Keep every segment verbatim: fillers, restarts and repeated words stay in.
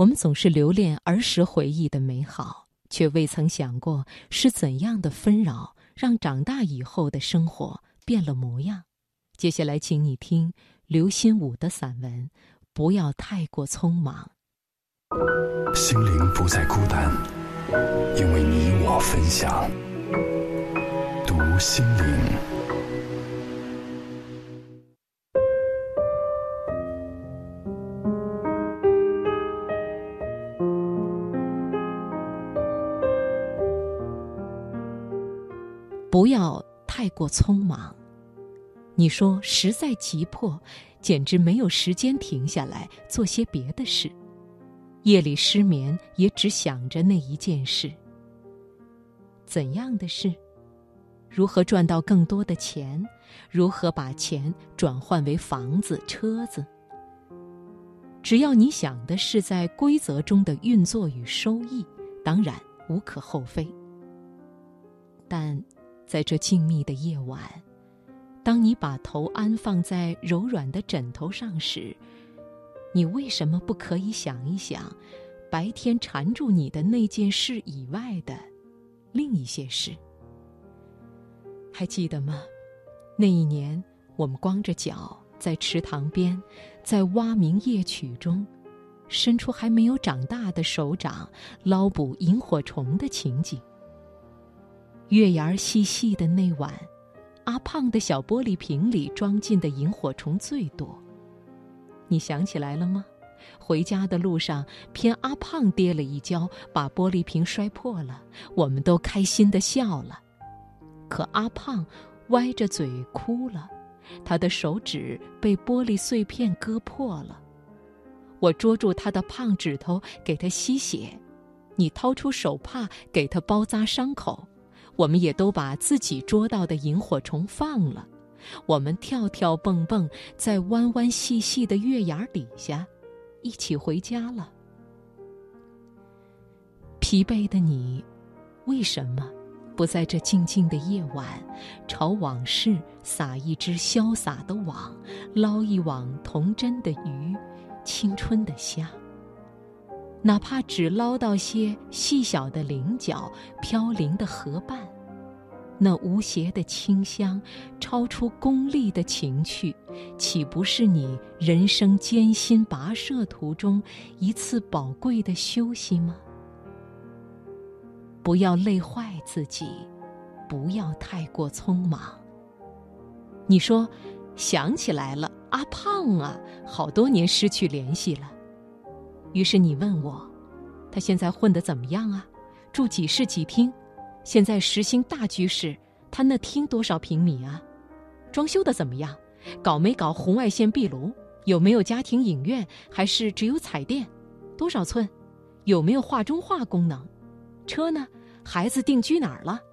我们总是留恋儿时回忆的美好，却未曾想过是怎样的纷扰让长大以后的生活变了模样。接下来请你听刘心武的散文《不要太过匆忙》。 心灵不再孤单，因为你我分享。读心灵。 不要太过匆忙。你说实在急迫，简直没有时间停下来做些别的事。夜里失眠，也只想着那一件事。怎样的事？如何赚到更多的钱？如何把钱转换为房子、车子？只要你想的是在规则中的运作与收益，当然无可厚非。但在这静谧的夜晚，当你把头安放在柔软的枕头上时，你为什么不可以想一想，白天缠住你的那件事以外的另一些事？还记得吗？那一年，我们光着脚在池塘边，在蛙鸣夜曲中，伸出还没有长大的手掌捞捕萤火虫的情景。月牙细细的那晚，阿胖的小玻璃瓶里装进的萤火虫最多。你想起来了吗？回家的路上，偏阿胖跌了一跤，把玻璃瓶摔破了，我们都开心地笑了。可阿胖歪着嘴哭了，他的手指被玻璃碎片割破了。我捉住他的胖指头给他吸血，你掏出手帕给他包扎伤口。我们也都把自己捉到的萤火虫放了，我们跳跳蹦蹦在弯弯细细的月牙底下，一起回家了。疲惫的你，为什么不在这静静的夜晚，朝往事撒一只潇洒的网，捞一网童真的鱼，青春的虾？哪怕只捞到些细小的菱角，飘零的河畔，那无邪的清香，超出功利的情趣，岂不是你人生艰辛跋涉途中一次宝贵的休息吗？不要累坏自己，不要太过匆忙。你说，想起来了，阿胖啊，好多年失去联系了。于是你问我，他现在混得怎么样啊？住几室几厅？现在实行大居室，他那厅多少平米啊？装修的怎么样？搞没搞红外线壁炉？有没有家庭影院？还是只有彩电？多少寸？有没有画中画功能？车呢？孩子定居哪儿了？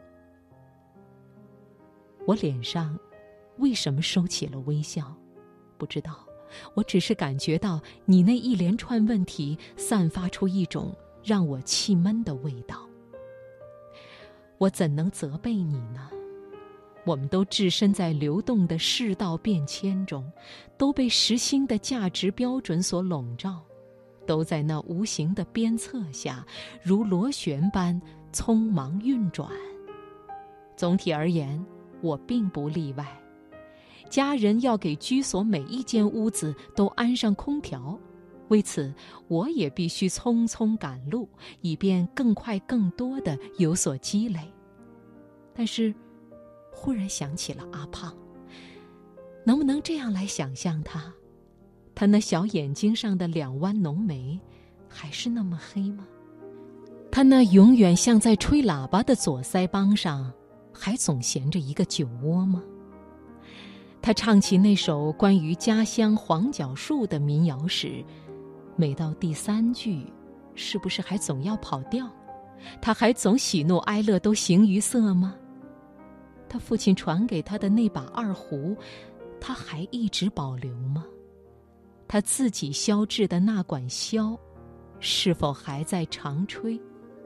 我脸上为什么收起了微笑？不知道。我只是感觉到你那一连串问题散发出一种让我气闷的味道。我怎能责备你呢？我们都置身在流动的世道变迁中，都被时兴的价值标准所笼罩，都在那无形的鞭策下，如螺旋般匆忙运转。总体而言，我并不例外。家人要给居所每一间屋子都安上空调，为此我也必须匆匆赶路，以便更快更多地有所积累。但是忽然想起了阿胖，能不能这样来想象他？他那小眼睛上的两弯浓眉还是那么黑吗？他那永远像在吹喇叭的左腮帮上还总衔着一个酒窝吗？他唱起那首关于家乡黄角树的民谣时，每到第三句，是不是还总要跑调？他还总喜怒哀乐都形于色吗？他父亲传给他的那把二胡，他还一直保留吗？他自己削制的那管箫，是否还在长吹？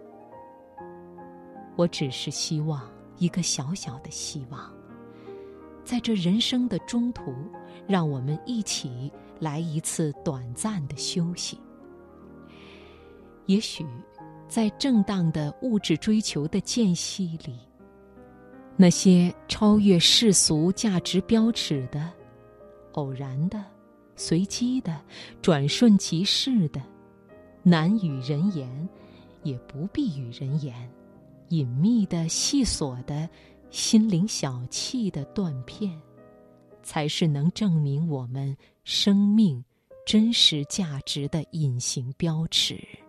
我只是希望一个小小的希望，在这人生的中途，让我们一起来一次短暂的休息。 也许在正当的物质追求的间隙里，那些超越世俗价值标尺的、偶然的、随机的、转瞬即逝的、难与人言也不必与人言、隐秘的、细琐的、心灵小憩的断片，才是能证明我们生命真实价值的隐形标尺。